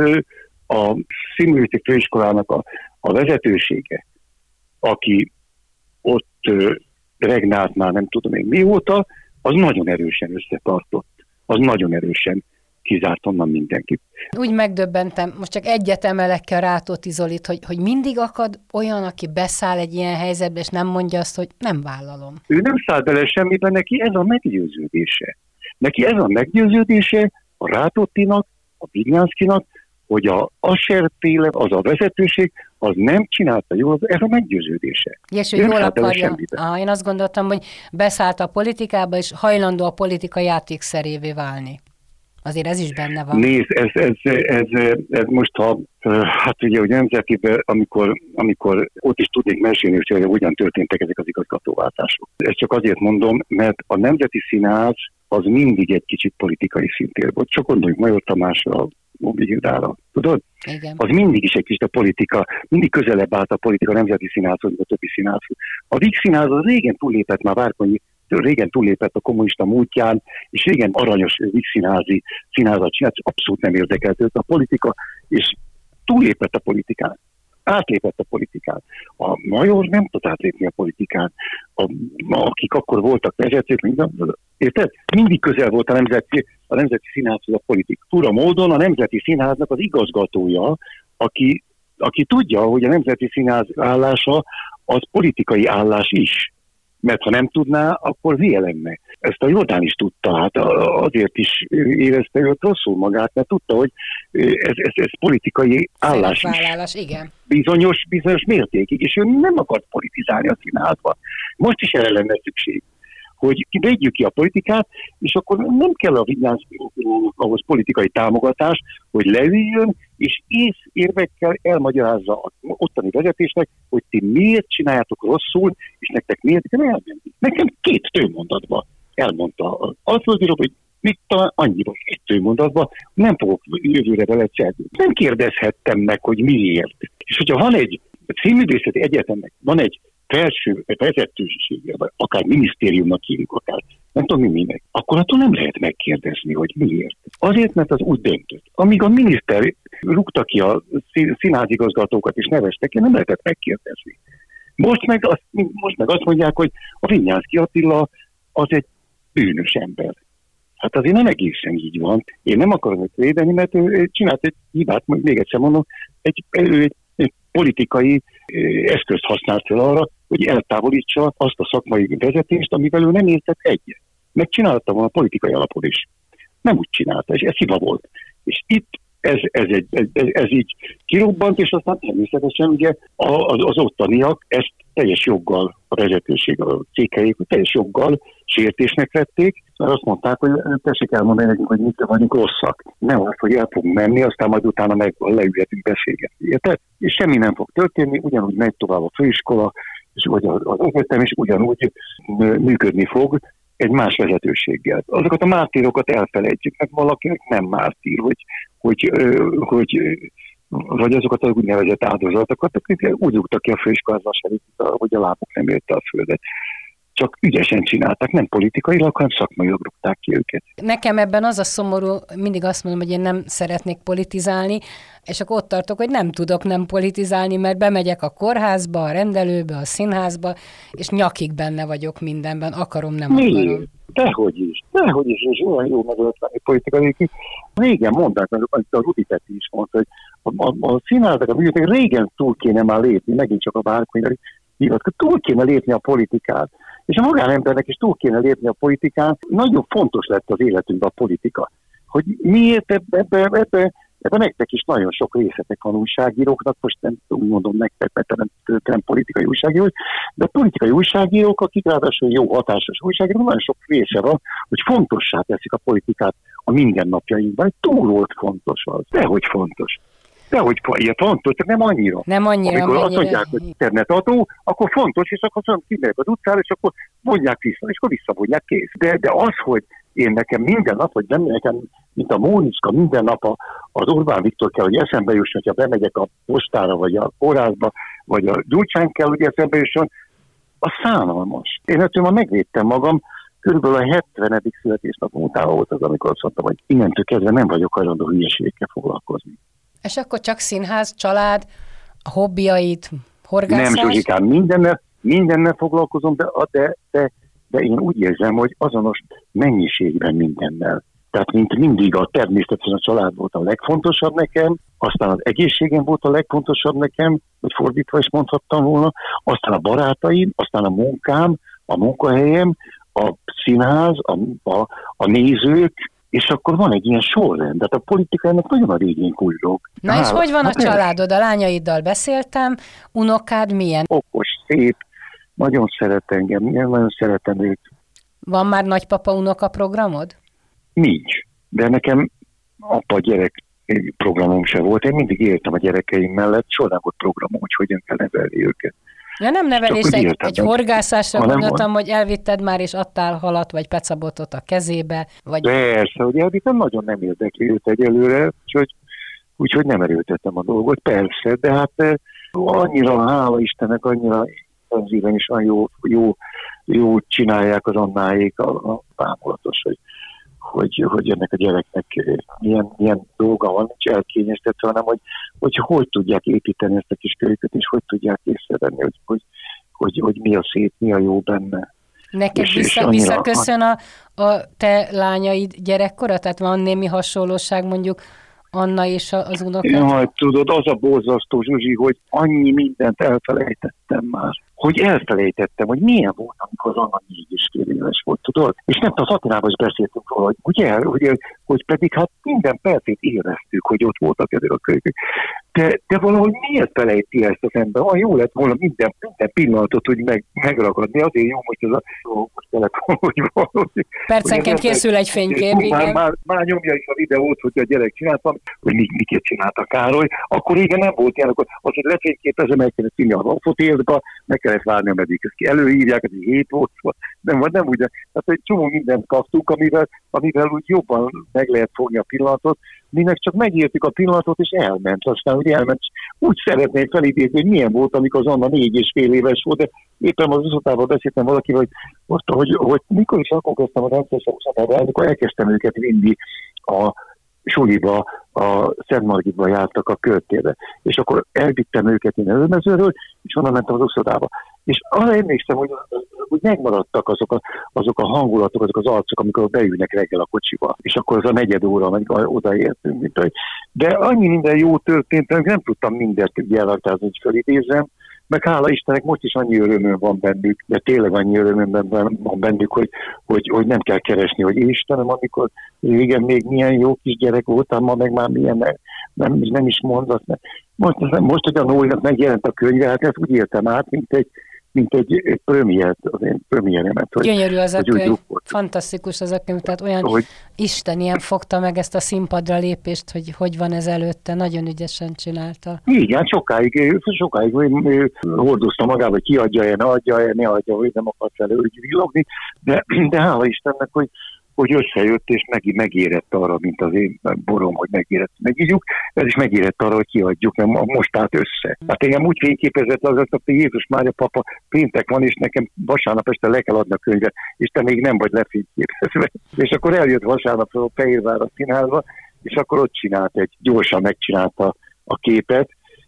a színművészeti főiskolának a, a vezetősége, aki ott regnált már nem tudom én mióta, az nagyon erősen összetartott, az nagyon erősen kizárt onnan mindenkit.
Úgy megdöbbentem, most csak egyet emelek ki a Rátóti Zolit, hogy, hogy mindig akad olyan, aki beszáll egy ilyen helyzetbe, és nem mondja azt, hogy nem vállalom.
Ő nem száll bele semmiben, neki ez a meggyőződése. Neki ez a meggyőződése a Rátótinak, a Vignyánszkinak, hogy a Asser-féle, az a vezetőség, az nem csinálta jól, ez a meggyőződése.
És ő jól akarja. Ah, én azt gondoltam, hogy beszállt a politikába, és hajlandó a politika játékszerévé válni. Azért ez is benne van.
Nézd, ez, ez, ez, ez, ez most, ha, hát ugye, hogy nemzetiben, amikor, amikor ott is tudnék mesélni, hogy hogyan történtek ezek az igazgatóváltások. Ezt csak azért mondom, mert a Nemzeti Színház az mindig egy kicsit politikai szintér volt. Csak gondoljuk Major Tamásra, Móbi Hildára, tudod?
Igen.
Az mindig is egy kicsit a politika, mindig közelebb állt a politika a Nemzeti Színházhoz, mint a többi színházhoz. A Víg Színház az régen túllépett már Várkonyi, régen túllépett a kommunista múltján, és régen aranyos Víg Színházi színházat csinált, abszolút nem érdekelt őt a politika, és túllépett a politikán. Átlépett a politikán. A Major nem tud átlépni a politikán. A, akik akkor voltak vezetők, érted? Mindig közel volt a Nemzeti, a Nemzeti Színházhoz a politika. Fura módon a Nemzeti Színháznak az igazgatója, aki, aki tudja, hogy a Nemzeti Színház állása az politikai állás is. Mert ha nem tudná, akkor hülye lenne. Ezt a Jordán is tudta, hát azért is érezte őt rosszul magát, mert tudta, hogy ez, ez, ez politikai állás is.
Igen.
Bizonyos, bizonyos mértékig, és ő nem akart politizálni a színházba. Most is erre lenne szükség, hogy vegyük ki a politikát, és akkor nem kell a Vignyánszkinak ahhoz politikai támogatás, hogy leüljön, és ész érvekkel elmagyarázza az ottani vezetésnek, hogy ti miért csináljátok rosszul, és nektek miért kell elmenni. Nekem két tőmondatban elmondta az fölbíró, hogy mit talán annyiban, két tőmondatban, nem fogok jövőre vele cselni. Nem kérdezhettem meg, hogy miért. És hogyha van egy színművészeti egyetemnek, van egy felső vezetősége, vagy akár minisztériumnak hívjuk, akár nem tudom mi minek, akkor attól nem lehet megkérdezni, hogy miért. Azért, mert az úgy döntött. Amíg a miniszter rúgta ki a színházigazgatókat és neveztek ki, nem lehetett megkérdezni. Most meg azt, most meg azt mondják, hogy a Vignyánszki Attila az egy bűnös ember. Hát azért nem egészen így van. Én nem akarom őt védeni, mert ő csinált egy hibát, még egyszer mondom, egy, ő egy politikai eszközt használt fel arra, hogy eltávolítsa azt a szakmai vezetést, amivel ő nem értett egyet. Megcsinálta volna a politikai alapon is. Nem úgy csinálta, és ez hiba volt. És itt ez, ez, egy, ez, ez így kirobbant, és aztán természetesen ugye az, az ottaniak ezt teljes joggal, a vezetőség, a székhelyék teljes joggal sértésnek vették, mert azt mondták, hogy tessék elmondani nekünk, hogy mit vagyunk rosszak. Nem az, hogy el fogunk menni, aztán majd utána meg leülhetünk beszélgetni. Érted? És semmi nem fog történni, ugyanúgy megy tovább a főiskola, és vagy az egyetem is ugyanúgy működni fog egy más vezetőséggel. Azokat a mártírokat elfelejtjük, mert valakinek nem mártír, hogy, hogy, hogy vagy azokat az úgynevezett áldozatokat, akik úgy rúgtak ki a főiskolázva, hogy a lábuk nem érte a földet. Csak ügyesen csinálták, nem politikailag, hanem szakmailag rúgták ki őket.
Nekem ebben az a szomorú, mindig azt mondom, hogy én nem szeretnék politizálni, és akkor ott tartok, hogy nem tudok nem politizálni, mert bemegyek a kórházba, a rendelőbe, a színházba, és nyakig benne vagyok mindenben, akarom, nem
Mi?
akarom.
Dehogy is, dehogy is, és olyan jó megölteni politikai. Régen mondták, mert a Rudi Peti is mondta, hogy a, a, a színházak, a művészek régen túl kéne már lépni, megint csak a Várkonyi hivatkozik, túl kéne lépni a politikát. És a magánembernek is túl kéne lépni a politikán. Nagyon fontos lett az életünkben a politika. Hogy miért ebbe, ebbe, ebbe Ebben nektek is nagyon sok részletek van újságíróknak, most nem úgy mondom nektek, mert nem, nem politikai újságírók, de a politikai újságírók, akik ráadásul jó hatásos újságírók, nagyon sok része van, hogy fontossá teszik a politikát a mindennapjainkban. Túl volt fontos az. Dehogy fontos. Dehogy ilyet fontos, csak nem annyira.
Nem annyira.
Amikor
mennyire...
azt mondják, hogy internetadó, akkor fontos, és akkor szóval kimegyek az utcára, és akkor mondják vissza, és akkor visszavonják, kész. De, de az, hogy én nekem minden nap, vagy nem nekem, mint a Mónicka, minden nap a, az Orbán Viktor kell, hogy eszembe jusson, hogyha bemegyek a postára, vagy a kórházba, vagy a Gyurcsány kell, hogy eszembe jusson, az szánalmas. Én ettől ma megvédtem magam, körülbelül a hetvenedik születésnapom után volt az, amikor azt mondtam, hogy innentől kezdve nem vagyok hajlandó hülyeségekkel foglalkozni.
És akkor csak színház, család, a hobbiait, horgászás?
Nem, Zsuzsikám, mindennel, mindennel foglalkozom, de, de, de, de én úgy érzem, hogy azonos mennyiségben mindennel. Tehát mint mindig a természetesen a család volt a legfontosabb nekem, aztán az egészségem volt a legfontosabb nekem, vagy fordítva is mondhattam volna, aztán a barátaim, aztán a munkám, a munkahelyem, a színház, a, a, a nézők, és akkor van egy ilyen sorrend, tehát a politika ennek nagyon a régén kullog.
Na és hogy van a családod? A lányaiddal beszéltem, unokád milyen?
Okos, szép, nagyon szeret engem, én nagyon szeretem őt.
Van már nagypapa-unoka programod?
Nincs, de nekem apa-gyerek programom se volt. Én mindig éltem a gyerekeim mellett, soha nem volt programom, hogy hogyan kell nevelni őket.
Ja, nem nevelés, egy, egy horgászásra ha gondoltam, hogy elvitted már, és adtál halat, vagy pecabotot a kezébe, vagy...
Persze, hogy elvittem, nagyon nem érdekli őt egyelőre, úgyhogy, úgyhogy nem erőltettem a dolgot, persze, de hát annyira, hála Istennek, annyira intenzíven is olyan jó, jó, jó csinálják az Annáék, a, a támolatos, hogy, hogy, hogy ennek a gyereknek milyen, milyen dolga van, nincs elkényeztetve, hanem hogy, hogy hogy tudják építeni ezt a kis kölyköt, és hogy tudják észrevenni, hogy, hogy, hogy, hogy mi a szép, mi a jó benne.
Neked és, vissza, és annyira... visszaköszön a, a te lányaid gyerekkora? Tehát van némi hasonlóság mondjuk Anna és az unokád?
Jaj, tudod, az a borzasztó, Zsuzsi, hogy annyi mindent elfelejtettem már. Hogy elfelejtettem, hogy milyen volt, amikor az Anna négy és fél éves volt, tudod? És nem az Atinában is beszéltünk róla, hogy, ugye, hogy, hogy pedig hát minden percét éreztük, hogy ott voltak ezek a kölykök. De, de valahogy miért felejti ezt az ember? Olyan jó lett volna minden, minden pillanatot úgy meg, megragadni. Azért jó, hogy ez a jó, most telefon, hogy valahogy...
Percenként készül egy fénykép, igen.
Már, már, már nyomja is a videót, hogy a gyerek csináltam, hogy mi, miket csinálta Károly. Akkor igen nem volt ilyen, akkor az, hogy lefényképezem, meg kellett vinni a fotélba, meg kellett várni, ameddig ezt ki előírják, hogy hét volt, nem, vagy nem úgy. Tehát egy csomó mindent kaptunk, amivel, amivel úgy jobban meg lehet fogni a pillanatot. Mi meg csak megértük a pillanatot, és elment. Aztán, hogy elment, úgy szeretnék felidézni, hogy milyen volt, amikor az Anna négy és fél éves volt, de éppen az uszatában beszéltem valakivel, hogy, most, hogy, hogy mikor is akkor kezdtem a rendszeres uszatában, amikor elkezdtem őket vinni a suliba, a Szent Margitba jártak a körtérbe. És akkor elvittem őket innen Ölmezőről, és onnan mentem az uszodába. És arra emlékszem, hogy, hogy megmaradtak azok a, azok a hangulatok, azok az arcok, amikor beülnek reggel a kocsiba. És akkor az a negyed óra, amikor odaértünk. Mint, hogy... De annyi minden jó történt, hogy nem tudtam mindent jelenteni, hogy felidézzem, meg hála Istennek most is annyi örömön van bennük, de tényleg annyi örömön van bennük, hogy, hogy, hogy nem kell keresni, hogy Istenem, amikor régen még milyen jó kis gyerek voltam, ma meg már milyen, nem, nem, nem is mondasz. Most, most, hogy a Nóinak megjelent a könyve, hát ezt úgy éltem át, mint egy, mint egy premiért, az én premiéremet.
Gyönyörű az a könyv, fantasztikus az a könyv, tehát olyan hogy, Isten ilyen fogta meg ezt a színpadra lépést, hogy hogy van ez előtte, nagyon ügyesen csinálta. Igen,
sokáig, sokáig hordozta magába, hogy kiadja-e, ne adja-e, ne adja, hogy nem akarsz elő úgy villogni, de, de hála Istennek, hogy hogy összejött, és meg, megérett arra, mint az én borom, hogy megérett, megígyjuk, ez is megérett arra, hogy kiadjuk, mert most állt össze. Hát engem úgy fényképezett az, hogy Jézus Mária papa, péntek van, és nekem vasárnap este le kell adni a könyvet, és te még nem vagy lefényképezve. És akkor eljött vasárnapról a Fehérvárra színházba, és akkor ott csinált egy, gyorsan megcsinálta a képet,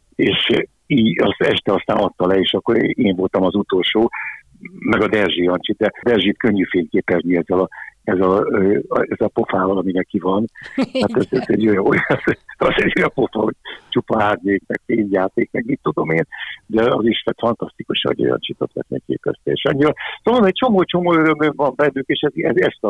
és így az este aztán adta le, és akkor én voltam az utolsó, meg a Derzsi Jancsi, de Derzsit könnyű fényképezni ezzel a ez a, ez a pofával, ami neki van. Hát ez, ez egy olyan, az egy olyan pofa, hogy csupa árnyék, meg fényjáték, meg mit tudom én, de az is lett fantasztikus, hogy olyan csitot lett megképezte. És annyira, szóval egy csomó-csomó örömön van bennük, és ez, ez, ezt, ad,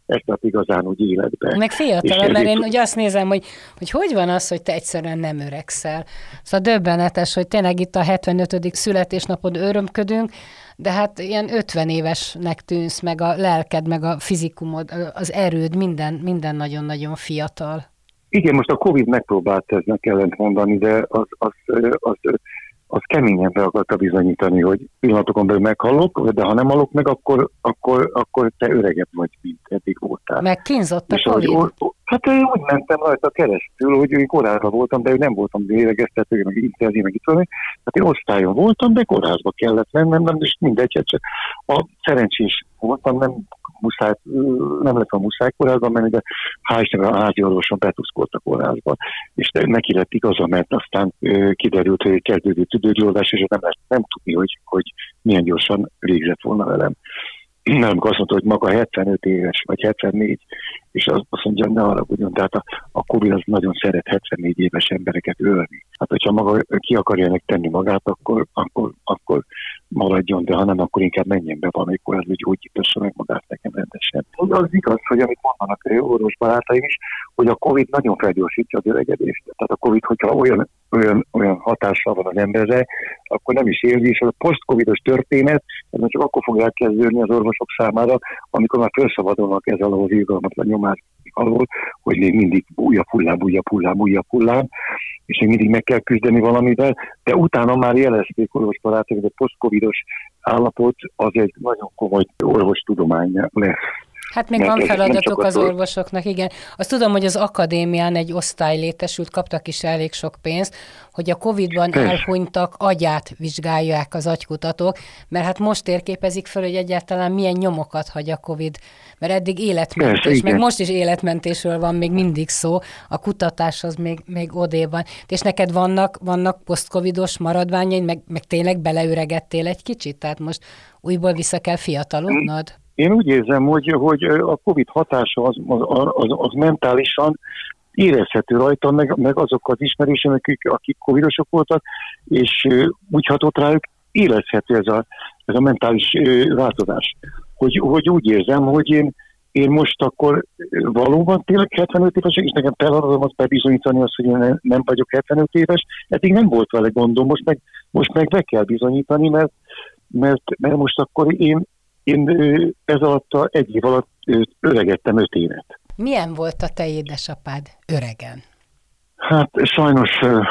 ezt lett igazán úgy életbe.
Meg fiatal, mert én ugye azt nézem, hogy, hogy hogy van az, hogy te egyszerűen nem öregszel. Szóval döbbenetes, hogy tényleg itt a hetvenötödik születésnapod örömködünk, de hát ilyen ötven évesnek tűnsz, meg a lelked, meg a fizikumod, az erőd, minden, minden nagyon-nagyon fiatal.
Igen, most a Covid megpróbált eznek ellent mondani, de az, az, az, az, az keményen be akarta bizonyítani, hogy pillanatokon belül meghalok, de ha nem halok meg, akkor, akkor, akkor te öregebb vagy, mint eddig voltál.
Meg kínzott a
és
Covid?
Ahogy, hát én úgy mentem rajta keresztül, hogy én kórházban voltam, de nem voltam béregeztető, meg intenzív, meg itt valami. Hát én osztályon voltam, de kórházba kellett mennem, nem, és mindegy, hát a szerencsés voltam, nem muszáj, nem lett a muszáj kórházban menni, de hál' Istennek a házi orvoson betuszkolt a kórházba. És neki lett igaza, mert aztán kiderült, hogy kezdődő tüdőgyulladás, és nem lehet nem tudni, hogy, hogy milyen gyorsan végzett volna velem. Nem, amikor azt mondta, hogy maga hetvenöt éves, vagy hetvennégy, és azt mondja, ne haragudjon, tehát a, a Covid az nagyon szeret hetvennégy éves embereket ölni. Hát, hogyha maga ki akarja ennek tenni magát, akkor, akkor, akkor maradjon, de ha nem, akkor inkább menjen be valamikor, az úgy gyógyítassa meg magát nekem rendesen. Az igaz, hogy amit mondanak orvosbarátaim is, hogy a Covid nagyon felgyorsítja az öregedést. Tehát a Covid, hogyha olyan, olyan, olyan hatással van az emberre, akkor nem is érzi, és a post-covidos történet, ez csak akkor fog elkezdődni az orvosok számára, amikor már felszabadulnak ez alól az irgalmatlan nyomás alól, hogy még mindig újabb hullám, újabb hullám, újabb hullám, és még mindig meg kell küzdeni valamivel, de utána már jelezték orvosbarátok, hogy a post-covidos állapot az egy nagyon komoly orvostudomány lesz.
Hát még van feladatok az orvosoknak, igen. Azt tudom, hogy az akadémián egy osztály létesült, kaptak is elég sok pénzt, hogy a Covidban elhunytak agyát vizsgálják az agykutatók, mert hát most térképezik fel, hogy egyáltalán milyen nyomokat hagy a Covid, mert eddig életmentés, Persze, meg most is életmentésről van még mindig szó, a kutatás az még, még odébb van. És neked vannak, vannak post-covidos maradványaid, meg, meg tényleg beleöregedtél egy kicsit? Tehát most újból vissza kell fiatalodnod?
Én úgy érzem, hogy, hogy a Covid hatása az, az, az, az mentálisan érezhető rajta, meg, meg azok az ismerősök, akik, akik covidosok voltak, és úgy hatott rájuk, érezhető ez a, ez a mentális változás. Hogy, hogy úgy érzem, hogy én, én most akkor valóban tényleg hetvenöt éves, és nekem feladatom azt bebizonyítani azt, hogy én nem, nem vagyok hetvenöt éves, eddig nem volt vele gondom, most meg, most meg be kell bizonyítani, mert, mert, mert most akkor én Én ez alatt a egy év alatt öregedtem öt évet.
Milyen volt a te édesapád öregen?
Hát sajnos,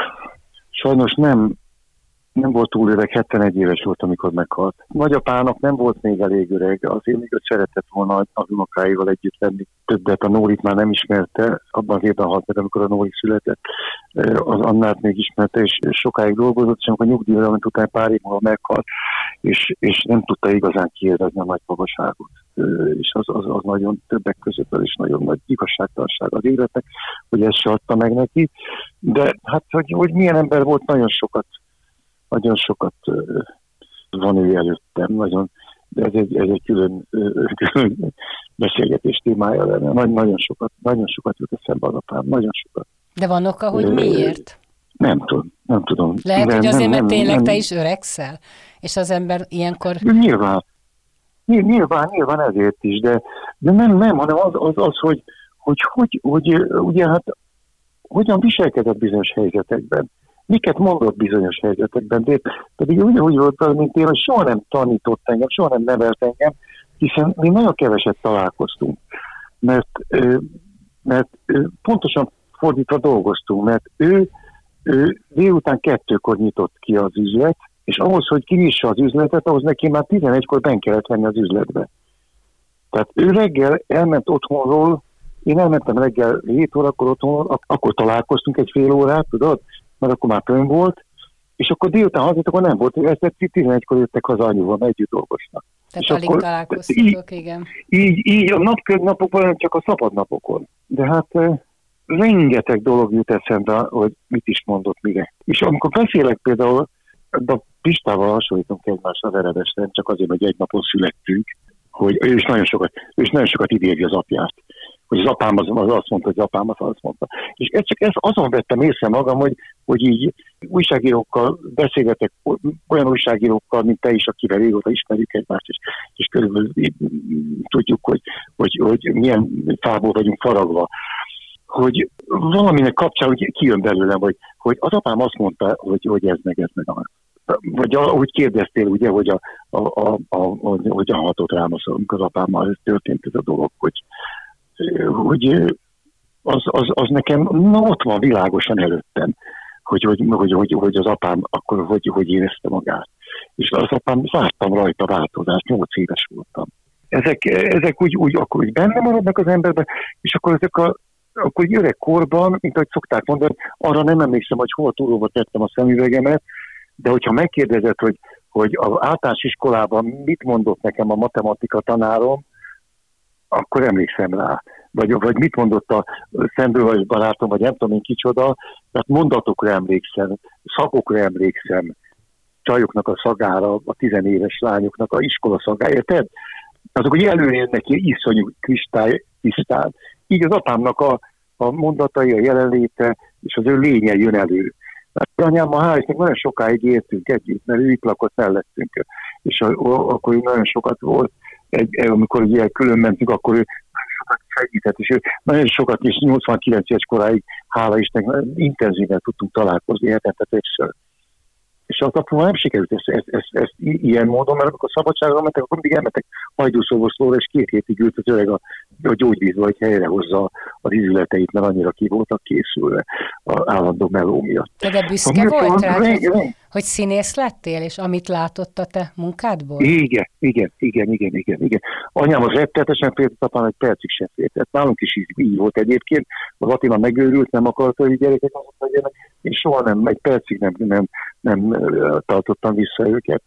sajnos nem, nem volt túl öreg, hetvenegy éves volt, amikor meghalt. Nagyapának nem volt még elég öreg, azért még őt szeretett volna az unokáival együtt lenni. Többet a Nórit már nem ismerte, abban az évben halt meg, amikor a Nóri született, az Annát még ismerte, és sokáig dolgozott, és amikor a nyugdíjra ment után pár év múlva meghalt, és, és nem tudta igazán kiélvezni a nagymagasságot. És az, az, az nagyon többek között az is nagyon nagy igazságtalanság az életnek, hogy ezt se adta meg neki. De hát, hogy, hogy milyen ember volt, nagyon sokat Nagyon sokat uh, van ő előttem, nagyon, de ez egy, ez egy külön, uh, külön beszélgetés témája lenne. Nagy, nagyon sokat, nagyon sokat jut eszembe az apám, nagyon sokat.
De van oka, hogy uh, miért?
Nem tudom, nem tudom.
Lehet,
nem,
hogy azért,
nem,
mert
nem,
tényleg
nem,
te is öregszel, és az ember ilyenkor...
Nyilván, nyilván, nyilván ezért is, de, de nem, nem, hanem az, az, az hogy, hogy, hogy, hogy ugye hát hogyan viselkedett bizonyos helyzetekben. Miket mondott bizonyos helyzetekben, de pedig úgy, úgy volt, mint én, hogy soha nem tanított engem, soha nem nevelt engem, hiszen mi nagyon keveset találkoztunk, mert, mert pontosan fordítva dolgoztunk, mert ő, ő délután kettőkor nyitott ki az üzlet, és ahhoz, hogy kinyissa az üzletet, ahhoz neki már tizenegykor benn kellett venni az üzletbe. Tehát ő reggel elment otthonról, én elmentem reggel hét órakor otthonról, akkor találkoztunk egy fél órát, tudod? Mert akkor már fönn volt, és akkor délután hazajött, akkor nem volt, ezt tizenegykor jöttek haza anyuval, mert együtt dolgoznak.
Tehát
és
alig
akkor,
találkoztatok, igen.
Így, így a napokban, csak a szabad napokon. De hát eh, rengeteg dolog jut eszembe, hogy mit is mondott mire. És amikor beszélek például, a Pistával hasonlítunk egymásra az eredesen, csak azért, hogy egy napon születtünk, hogy ő is nagyon sokat, ő is nagyon sokat idézi az apját. Hogy az apám az, az azt mondta, hogy az apám az azt mondta. És ez csak ez, azon vettem észre magam, hogy, hogy így újságírókkal beszélgetek, olyan újságírókkal, mint te is, akivel régóta ismerjük egymást, és, és körülbelül tudjuk, hogy, hogy, hogy milyen fából vagyunk faragva. Hogy valaminek kapcsán hogy kijön belőlem, hogy, hogy az apám azt mondta, hogy, hogy ez meg, ez meg. Vagy ahogy kérdeztél, ugye, hogy a, a, a, a, a, hogyan hatott rám az, amikor az apámmal történt ez a dolog, hogy, hogy az, az, az nekem na, ott van világosan előttem, hogy, hogy, hogy, hogy, hogy az apám akkor hogy, hogy érezte magát. És az apám, láttam rajta változást, nyolc éves voltam. Ezek, ezek úgy, úgy, akkor úgy benne maradnak az emberben, és akkor ezek a akkor öreg korban, mint ahogy szokták mondani, arra nem emlékszem, hogy hol túlóba tettem a szemüvegemet, de hogyha megkérdezed, hogy, hogy az általános iskolában mit mondott nekem a matematika tanárom, akkor emlékszem rá. Vagy, vagy mit mondott a Szendővölgy barátom, vagy nem tudom én kicsoda, tehát mondatokra emlékszem, szakokra emlékszem, csajoknak a szagára, a tizenéves lányoknak a iskola szagára, érted? Azok, hogy előjönnek ilyen iszonyú kristály tisztán. Így az apámnak a, a mondatai, a jelenléte, és az ő lénye jön elő. Mert anyámmal hál' Istennek nagyon sokáig értünk együtt, mert ő itt lakott mellettünk. És a, a, akkor nagyon sokat volt, egy, amikor ugye külön mentünk, akkor ő sokat segített, és ő nagyon sokat, és nyolcvankilenc éves koráig, hála Istennek, intenzíven tudtunk találkozni, hetente többször. És az apámmal nem sikerült ezt, ezt, ezt, ezt ilyen módon, mert amikor szabadságra mentek, akkor mindig elmentek hajdúszorvoslóra, és két hétig ült az öreg a, a gyógyvízbe, hogy helyrehozza az ízületeit, mert annyira ki voltak készülve az állandó meló miatt.
De büszke volt rád, hogy, hogy színész lettél, és amit látott a te munkádból?
Igen, igen, igen, igen, igen, igen. Anyám az rettenetesen félt, apám egy percig sem félt. Nálunk is így, így volt egyébként. Az Attila megőrült, nem akarta, hogy gyerekek azok legyenek. Én soha nem, egy percig nem, nem, nem tartottam vissza őket.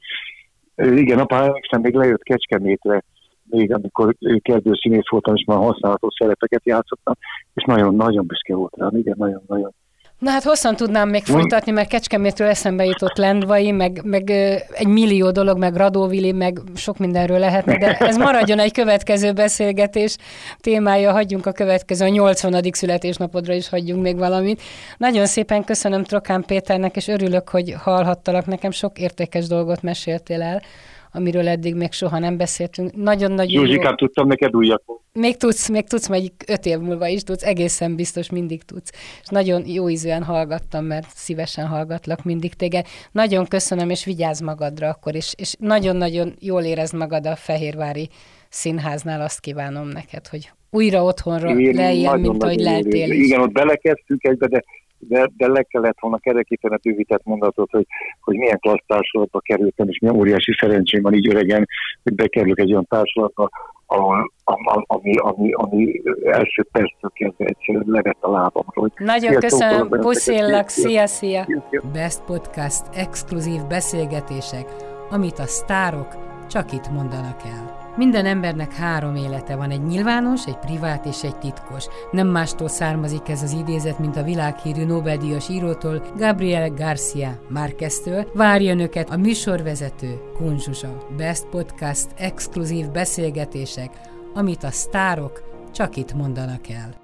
Igen, apám emlékszem, még lejött Kecskemétre, még amikor kezdőszínész voltam, és már használatos szerepeket játszottam, és nagyon-nagyon büszke volt rám, igen, nagyon-nagyon.
Na hát hosszan tudnám még folytatni, mert Kecskemétről eszembe jutott Lendvai, meg, meg egy millió dolog, meg Radóvili, meg sok mindenről lehetne, de ez maradjon egy következő beszélgetés témája, hagyjunk a következő, a nyolcvanadik születésnapodra is hagyjunk még valamit. Nagyon szépen köszönöm Trokán Péternek, és örülök, hogy hallhattalak, nekem sok értékes dolgot meséltél el, amiről eddig még soha nem beszéltünk. Nagyon-nagyon
Józsikám, tudtam neked újat.
Még tudsz, még tudsz, majd öt év múlva is tudsz, egészen biztos mindig tudsz. És nagyon jó ízűen hallgattam, mert szívesen hallgatlak mindig téged. Nagyon köszönöm, és vigyázz magadra akkor is, és nagyon-nagyon jól érezd magad a Fehérvári Színháznál, azt kívánom neked, hogy újra otthonra lejjel, mint ahogy leltél is.
Igen, ott belekezdtünk egybe, de De, de le kellett volna kerekíteni a bővített mondatot, hogy, hogy milyen klassz társulatba kerültem, és milyen óriási szerencsém van így öregen, hogy bekerülök egy olyan társulatba, ahol, ami, ami, ami első perctől kezdve egyszerűen levett a lábamról.
Nagyon köszönöm, puszillak, szia, szia!
Best Podcast exkluzív beszélgetések, amit a sztárok csak itt mondanak el. Minden embernek három élete van, egy nyilvános, egy privát és egy titkos. Nem mástól származik ez az idézet, mint a világhírű Nobel-díjas írótól, Gabriel García Márqueztől. Várja önöket a műsorvezető, Kun Zsuzsa. Best Podcast exkluzív beszélgetések, amit a sztárok csak itt mondanak el.